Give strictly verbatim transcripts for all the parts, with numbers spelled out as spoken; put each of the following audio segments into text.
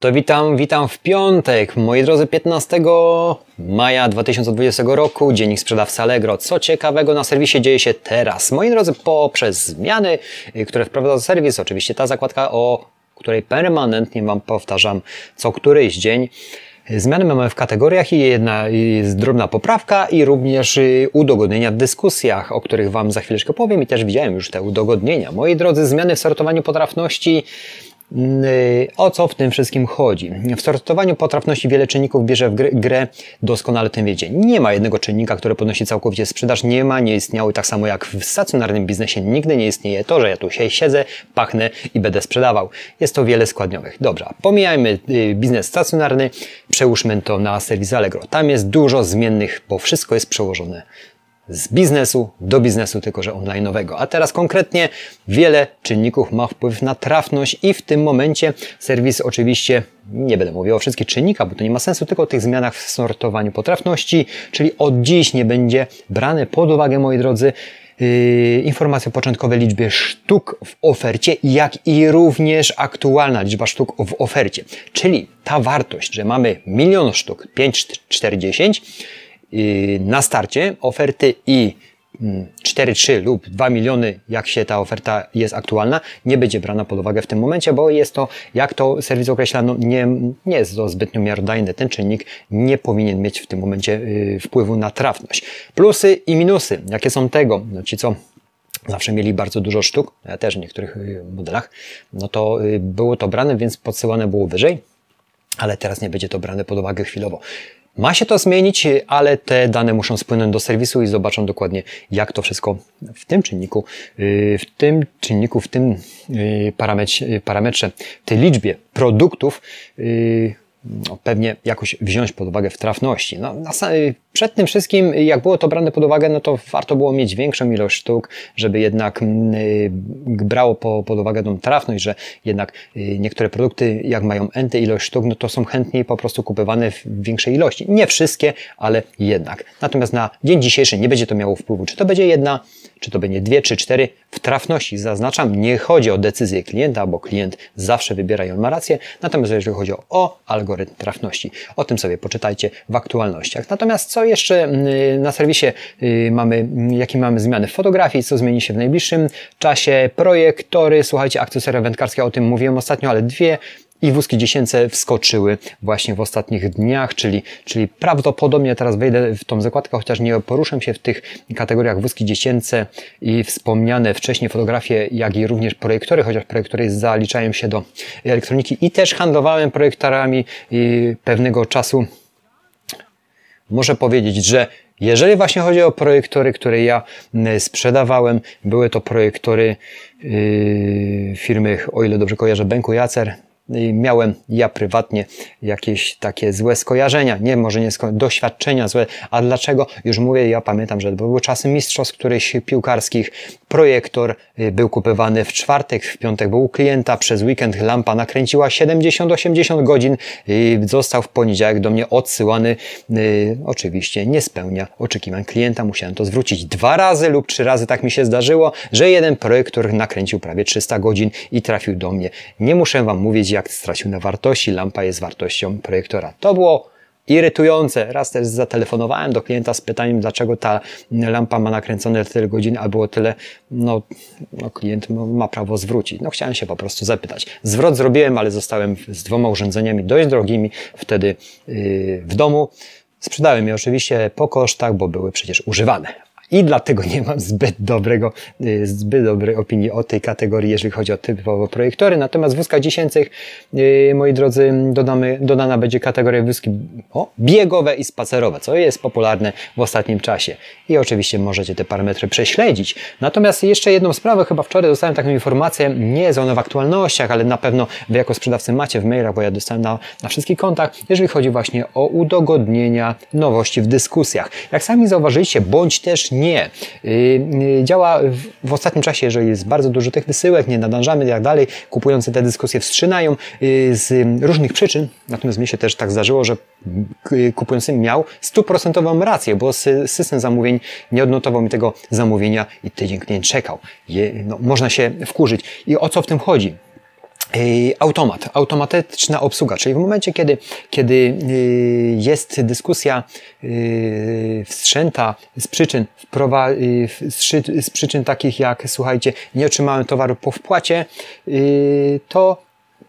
To witam, witam w piątek, moi drodzy, piętnastego maja dwa tysiące dwudziestego roku, dziennik sprzedawcy Allegro. Co ciekawego na serwisie dzieje się teraz? Moi drodzy, poprzez zmiany, które wprowadza serwis, oczywiście ta zakładka, o której permanentnie Wam powtarzam co któryś dzień. Zmiany mamy w kategoriach i jedna jest drobna poprawka i również udogodnienia w dyskusjach, o których Wam za chwileczkę powiem i też widziałem już te udogodnienia. Moi drodzy, zmiany w sortowaniu potrafności. O co w tym wszystkim chodzi? W sortowaniu potrafności wiele czynników bierze w grę, doskonale tym wiecie. Nie ma jednego czynnika, który podnosi całkowicie sprzedaż, nie ma, nie istniało, tak samo jak w stacjonarnym biznesie nigdy nie istnieje to, że ja tu się siedzę, pachnę i będę sprzedawał. Jest to wiele składniowych. Dobra, pomijajmy biznes stacjonarny, przełóżmy to na serwis Allegro. Tam jest dużo zmiennych, bo wszystko jest przełożone z biznesu do biznesu, tylko że online'owego. A teraz konkretnie wiele czynników ma wpływ na trafność i w tym momencie serwis oczywiście, nie będę mówił o wszystkich czynnikach, bo to nie ma sensu, tylko o tych zmianach w sortowaniu potrafności, czyli od dziś nie będzie brane pod uwagę, moi drodzy, Yy, informacje o początkowej liczbie sztuk w ofercie, jak i również aktualna liczba sztuk w ofercie. Czyli ta wartość, że mamy milion sztuk, pięć, cztery, dziesięć, na starcie oferty i cztery, trzy lub dwa miliony, jak się ta oferta jest aktualna, nie będzie brana pod uwagę w tym momencie, bo jest to, jak to serwis określa, no nie, nie jest to zbytnio miarodajne. Ten czynnik nie powinien mieć w tym momencie yy, wpływu na trafność. Plusy i minusy, jakie są tego? No ci, co zawsze mieli bardzo dużo sztuk, ja też w niektórych modelach, no to yy, było to brane, więc podsyłane było wyżej, ale teraz nie będzie to brane pod uwagę chwilowo. Ma się to zmienić, ale te dane muszą spłynąć do serwisu i zobaczą dokładnie, jak to wszystko w tym czynniku, w tym czynniku, w tym parametrze, parametrze w tej liczbie produktów no, pewnie jakoś wziąć pod uwagę w trafności. No, na, przed tym wszystkim, jak było to brane pod uwagę, no to warto było mieć większą ilość sztuk, żeby jednak y, brało po, pod uwagę tą trafność, że jednak y, niektóre produkty, jak mają enty ilość sztuk, no to są chętniej po prostu kupywane w większej ilości. Nie wszystkie, ale jednak. Natomiast na dzień dzisiejszy nie będzie to miało wpływu, czy to będzie jedna, czy to będzie dwie, czy cztery. W trafności, zaznaczam, nie chodzi o decyzję klienta, bo klient zawsze wybiera i on ma rację. Natomiast jeżeli chodzi o algorytm trafności, o tym sobie poczytajcie w aktualnościach. Natomiast co jeszcze na serwisie mamy, jakie mamy zmiany w fotografii, co zmieni się w najbliższym czasie? Projektory, słuchajcie, akcesoria wędkarskie, o tym mówiłem ostatnio, ale dwie i wózki dziecięce wskoczyły właśnie w ostatnich dniach, czyli, czyli prawdopodobnie teraz wejdę w tą zakładkę, chociaż nie poruszę się w tych kategoriach wózki dziecięce i wspomniane wcześniej fotografie, jak i również projektory, chociaż projektory zaliczają się do elektroniki i też handlowałem projektorami i pewnego czasu. Muszę powiedzieć, że jeżeli właśnie chodzi o projektory, które ja sprzedawałem, były to projektory yy, firmy, o ile dobrze kojarzę, Benko Jacer. Miałem ja prywatnie jakieś takie złe skojarzenia, nie, może nie sko doświadczenia złe, a dlaczego? Już mówię, ja pamiętam, że były czasy mistrzostw którychś piłkarskich, projektor był kupywany w czwartek, w piątek był u klienta, przez weekend lampa nakręciła siedemdziesiąt osiemdziesiąt godzin i został w poniedziałek do mnie odsyłany, yy, oczywiście nie spełnia oczekiwań klienta, musiałem to zwrócić dwa razy lub trzy razy, tak mi się zdarzyło, że jeden projektor nakręcił prawie trzysta godzin i trafił do mnie. Nie muszę Wam mówić, jak stracił na wartości, lampa jest wartością projektora. To było irytujące. Raz też zatelefonowałem do klienta z pytaniem, dlaczego ta lampa ma nakręcone tyle godzin, a było tyle, no, no klient ma prawo zwrócić. No chciałem się po prostu zapytać. Zwrot zrobiłem, ale zostałem z dwoma urządzeniami dość drogimi wtedy yy, w domu. Sprzedałem je oczywiście po kosztach, bo były przecież używane. I dlatego nie mam zbyt dobrego, zbyt dobrej opinii o tej kategorii, jeżeli chodzi o typowo projektory. Natomiast w wózkach dziecięcych, moi drodzy, dodamy, dodana będzie kategoria wózki o, biegowe i spacerowe, co jest popularne w ostatnim czasie. I oczywiście możecie te parametry prześledzić. Natomiast jeszcze jedną sprawę, chyba wczoraj dostałem taką informację, nie jest ona w aktualnościach, ale na pewno Wy jako sprzedawcy macie w mailach, bo ja dostałem na, na wszystkich kontach, jeżeli chodzi właśnie o udogodnienia, nowości w dyskusjach. Jak sami zauważyliście, bądź też nie. Działa w ostatnim czasie, jeżeli jest bardzo dużo tych wysyłek, nie nadążamy i tak dalej, kupujący te dyskusje wstrzymają z różnych przyczyn. Natomiast mi się też tak zdarzyło, że kupujący miał stuprocentową rację, bo system zamówień nie odnotował mi tego zamówienia i tydzień klient czekał. Je, no, można się wkurzyć. I o co w tym chodzi? Automat, automatyczna obsługa, czyli w momencie, kiedy, kiedy jest dyskusja wszczęta z przyczyn, z przyczyn takich jak, słuchajcie, nie otrzymałem towaru po wpłacie, to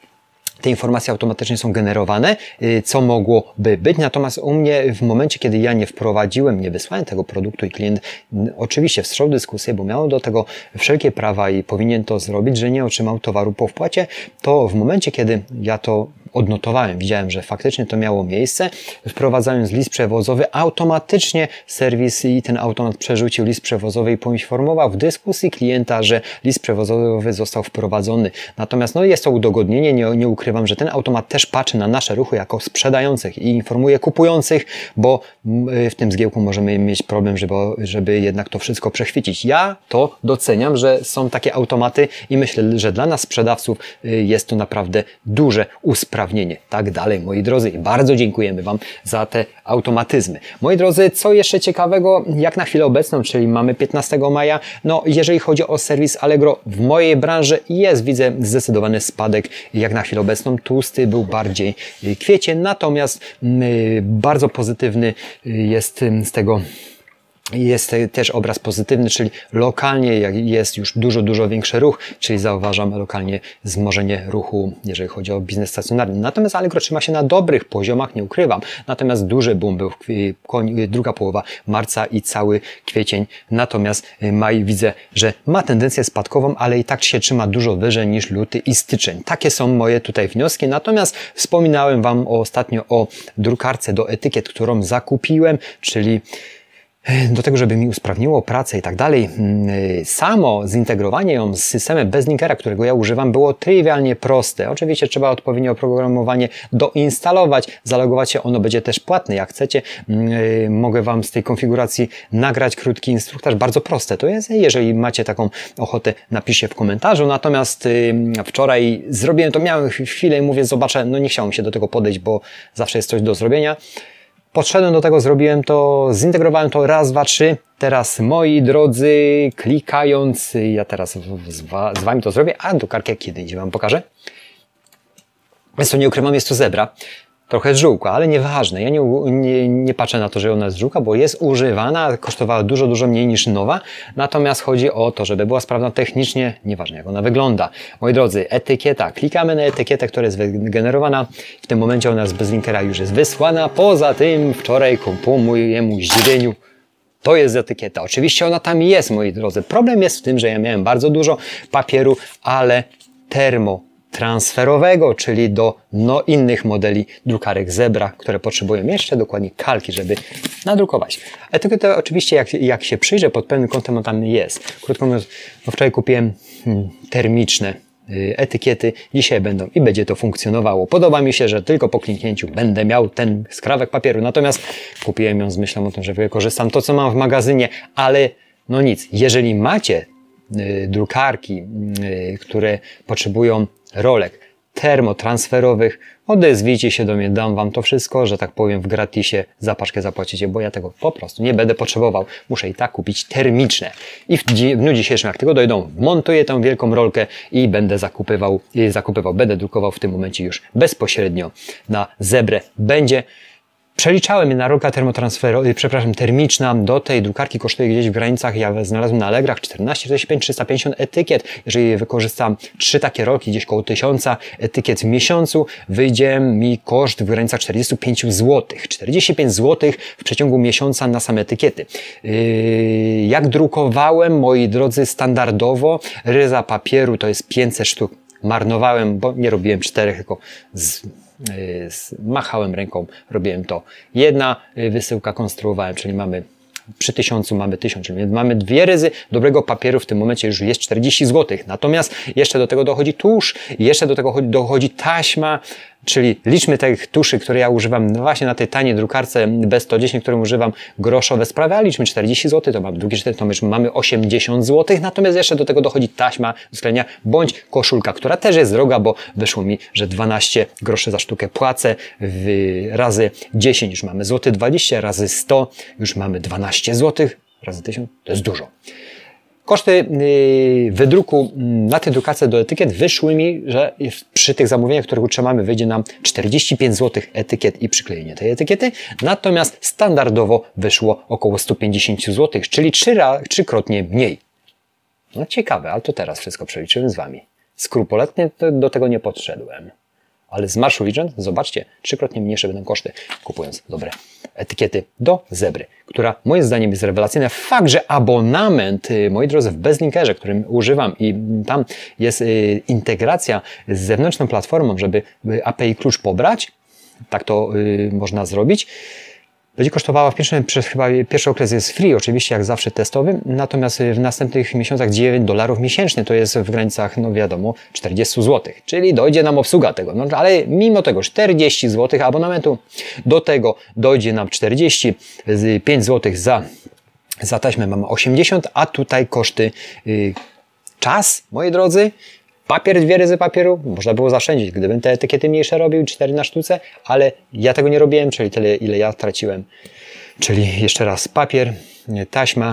te informacje automatycznie są generowane, co mogłoby być. Natomiast u mnie w momencie, kiedy ja nie wprowadziłem, nie wysłałem tego produktu i klient oczywiście wszczął dyskusję, bo miał do tego wszelkie prawa i powinien to zrobić, że nie otrzymał towaru po wpłacie, to w momencie, kiedy ja to odnotowałem, widziałem, że faktycznie to miało miejsce, wprowadzając list przewozowy, automatycznie serwis i ten automat przerzucił list przewozowy i poinformował w dyskusji klienta, że list przewozowy został wprowadzony. Natomiast no, jest to udogodnienie, nie, nie ukrywam, że ten automat też patrzy na nasze ruchy jako sprzedających i informuje kupujących, bo w tym zgiełku możemy mieć problem, żeby, żeby jednak to wszystko przechwycić. Ja to doceniam, że są takie automaty i myślę, że dla nas sprzedawców jest to naprawdę duże usprawnienie. Tak dalej, moi drodzy. I bardzo dziękujemy Wam za te automatyzmy. Moi drodzy, co jeszcze ciekawego, jak na chwilę obecną, czyli mamy piętnastego maja, no jeżeli chodzi o serwis Allegro, w mojej branży jest, widzę, zdecydowany spadek. Jak na chwilę obecną tłusty był bardziej kwiecień, natomiast bardzo pozytywny jest z tego Jest też obraz pozytywny, czyli lokalnie jest już dużo, dużo większy ruch, czyli zauważam lokalnie wzmożenie ruchu, jeżeli chodzi o biznes stacjonarny. Natomiast Allegro trzyma się na dobrych poziomach, nie ukrywam. Natomiast duży boom był w druga połowa marca i cały kwiecień. Natomiast maj widzę, że ma tendencję spadkową, ale i tak się trzyma dużo wyżej niż luty i styczeń. Takie są moje tutaj wnioski. Natomiast wspominałem Wam ostatnio o drukarce do etykiet, którą zakupiłem, czyli do tego, żeby mi usprawniło pracę i tak dalej. Samo zintegrowanie ją z systemem BezLinkera, którego ja używam, było trywialnie proste. Oczywiście trzeba odpowiednie oprogramowanie doinstalować, zalogować się, ono będzie też płatne. Jak chcecie, mogę Wam z tej konfiguracji nagrać krótki instruktaż, bardzo proste to jest. Jeżeli macie taką ochotę, napiszcie w komentarzu. Natomiast wczoraj zrobiłem to, miałem chwilę i mówię, zobaczę, no nie chciałem się do tego podejść, bo zawsze jest coś do zrobienia. Podszedłem do tego, zrobiłem to, zintegrowałem to raz, dwa, trzy. Teraz, moi drodzy, klikając, ja teraz z Wami to zrobię, a drukarkę kiedy idzie Wam pokażę. Jest to, nie ukrywam, jest to zebra. Trochę żółka, ale nieważne. Ja nie, nie, nie patrzę na to, że ona jest żółka, bo jest używana, kosztowała dużo, dużo mniej niż nowa. Natomiast chodzi o to, żeby była sprawna technicznie, nieważne jak ona wygląda. Moi drodzy, etykieta. Klikamy na etykietę, która jest wygenerowana. W tym momencie ona z BezLinkera już jest wysłana. Poza tym wczoraj ku mojemu zdziwieniu to jest etykieta. Oczywiście ona tam jest, moi drodzy. Problem jest w tym, że ja miałem bardzo dużo papieru, ale termo transferowego, czyli do no, innych modeli drukarek Zebra, które potrzebują jeszcze dokładnie kalki, żeby nadrukować. Etykieta oczywiście, jak, jak się przyjrzę pod pewnym kątem, on tam jest. Krótko mówiąc, no wczoraj kupiłem hmm, termiczne y, etykiety, dzisiaj będą i będzie to funkcjonowało. Podoba mi się, że tylko po kliknięciu będę miał ten skrawek papieru, natomiast kupiłem ją z myślą o tym, że wykorzystam to, co mam w magazynie, ale no nic, jeżeli macie y, drukarki, y, które potrzebują rolek termotransferowych, odezwijcie się do mnie, dam Wam to wszystko, że tak powiem w gratisie za paczkę zapłacicie, bo ja tego po prostu nie będę potrzebował. Muszę i tak kupić termiczne. I w dniu dzisiejszym, jak tylko dojdą, montuję tę wielką rolkę i będę zakupywał, zakupywał, będę drukował w tym momencie już bezpośrednio na Zebrę. Będzie Przeliczałem je na rolka termotransferowa, przepraszam, termiczna. Do tej drukarki kosztuje gdzieś w granicach, ja znalazłem na Allegrach czternaście czterdzieści pięć trzysta pięćdziesiąt etykiet. Jeżeli wykorzystam trzy takie rolki, gdzieś koło tysiąca etykiet w miesiącu, wyjdzie mi koszt w granicach czterdzieści pięć złotych. czterdzieści pięć złotych w przeciągu miesiąca na same etykiety. Yy, jak drukowałem, moi drodzy, standardowo, ryza papieru to jest pięćset sztuk. Marnowałem, bo nie robiłem czterech, tylko z machałem ręką, robiłem to. Jedna wysyłka konstruowałem, czyli mamy przy tysiącu mamy tysiąc, czyli mamy dwie ryzy dobrego papieru, w tym momencie już jest czterdzieści złotych. Natomiast jeszcze do tego dochodzi tusz, jeszcze do tego dochodzi taśma, czyli liczmy tych tuszy, które ja używam no właśnie na tej taniej drukarce B sto dziesięć, którą używam, groszowe sprawy, a liczmy czterdzieści złotych, to mamy drugie cztery, to już mamy osiemdziesiąt złotych, natomiast jeszcze do tego dochodzi taśma do sklejenia, bądź koszulka, która też jest droga, bo wyszło mi, że dwanaście groszy za sztukę płacę, w razy dziesięć już mamy złoty dwadzieścia, razy sto już mamy dwanaście złotych, razy tysiąc, to jest dużo. Koszty yy, wydruku na tej drukarce do etykiet wyszły mi, że przy tych zamówieniach, które utrzymamy, wyjdzie nam czterdzieści pięć złotych etykiet i przyklejenie tej etykiety. Natomiast standardowo wyszło około sto pięćdziesiąt złotych, czyli trzy, trzykrotnie mniej. No ciekawe, ale to teraz wszystko przeliczyłem z Wami. Skrupulatnie do tego nie podszedłem. Ale z Marszu Legend, zobaczcie, trzykrotnie mniejsze będą koszty, kupując dobre etykiety do Zebry, która moim zdaniem jest rewelacyjna. Fakt, że abonament, moi drodzy, w Bezlinkerze, którym używam i tam jest integracja z zewnętrzną platformą, żeby A P I klucz pobrać, tak to można zrobić, będzie kosztowała w pierwszym, przez chyba pierwszy okres jest free, oczywiście jak zawsze testowy, natomiast w następnych miesiącach dziewięć dolarów miesięcznie, to jest w granicach, no wiadomo, czterdzieści złotych, czyli dojdzie nam obsługa tego, no ale mimo tego czterdzieści złotych abonamentu, do tego dojdzie nam czterdzieści pięć złotych za, za taśmę mamy osiemdziesiąt, a tutaj koszty, yy, czas, moi drodzy, papier, dwie ryzy papieru, można było zaszczędzić, gdybym te etykiety mniejsze robił, cztery na sztuce, ale ja tego nie robiłem, czyli tyle, ile ja traciłem. Czyli jeszcze raz papier, taśma,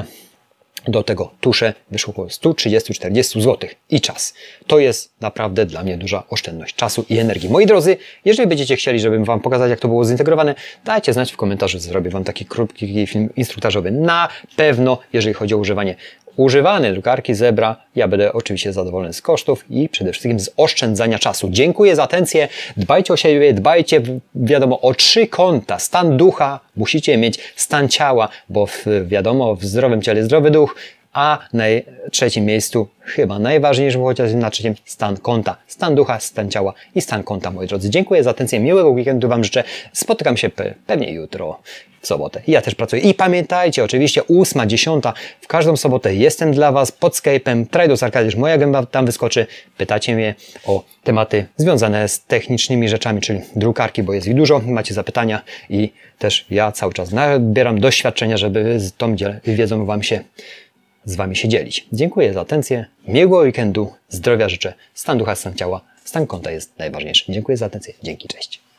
do tego tusze, wyszło około sto trzydzieści do czterdziestu złotych i czas. To jest naprawdę dla mnie duża oszczędność czasu i energii. Moi drodzy, jeżeli będziecie chcieli, żebym Wam pokazać, jak to było zintegrowane, dajcie znać w komentarzu, zrobię Wam taki krótki film instruktażowy. Na pewno, jeżeli chodzi o używanie używane drukarki Zebra, ja będę oczywiście zadowolony z kosztów i przede wszystkim z oszczędzania czasu. Dziękuję za atencję, dbajcie o siebie, dbajcie wiadomo o trzy konta. Stan ducha musicie mieć, stan ciała, bo w, wiadomo w zdrowym ciele zdrowy duch, a na trzecim miejscu, chyba najważniejszym, chociaż na trzecim, stan konta. Stan ducha, stan ciała i stan konta, moi drodzy. Dziękuję za atencję, miłego weekendu Wam życzę. Spotykam się pe pewnie jutro w sobotę. Ja też pracuję. I pamiętajcie, oczywiście ósma, dziesiąta, w każdą sobotę jestem dla Was pod Skype'em. Trajdos Arkadiusz, moja gęba tam wyskoczy. Pytacie mnie o tematy związane z technicznymi rzeczami, czyli drukarki, bo jest ich dużo. Macie zapytania i też ja cały czas nabieram doświadczenia, żeby z tą wiedzą Wam się z Wami się dzielić. Dziękuję za atencję, miłego weekendu, zdrowia życzę, stan ducha, stan ciała, stan konta jest najważniejszy. Dziękuję za atencję, dzięki, cześć.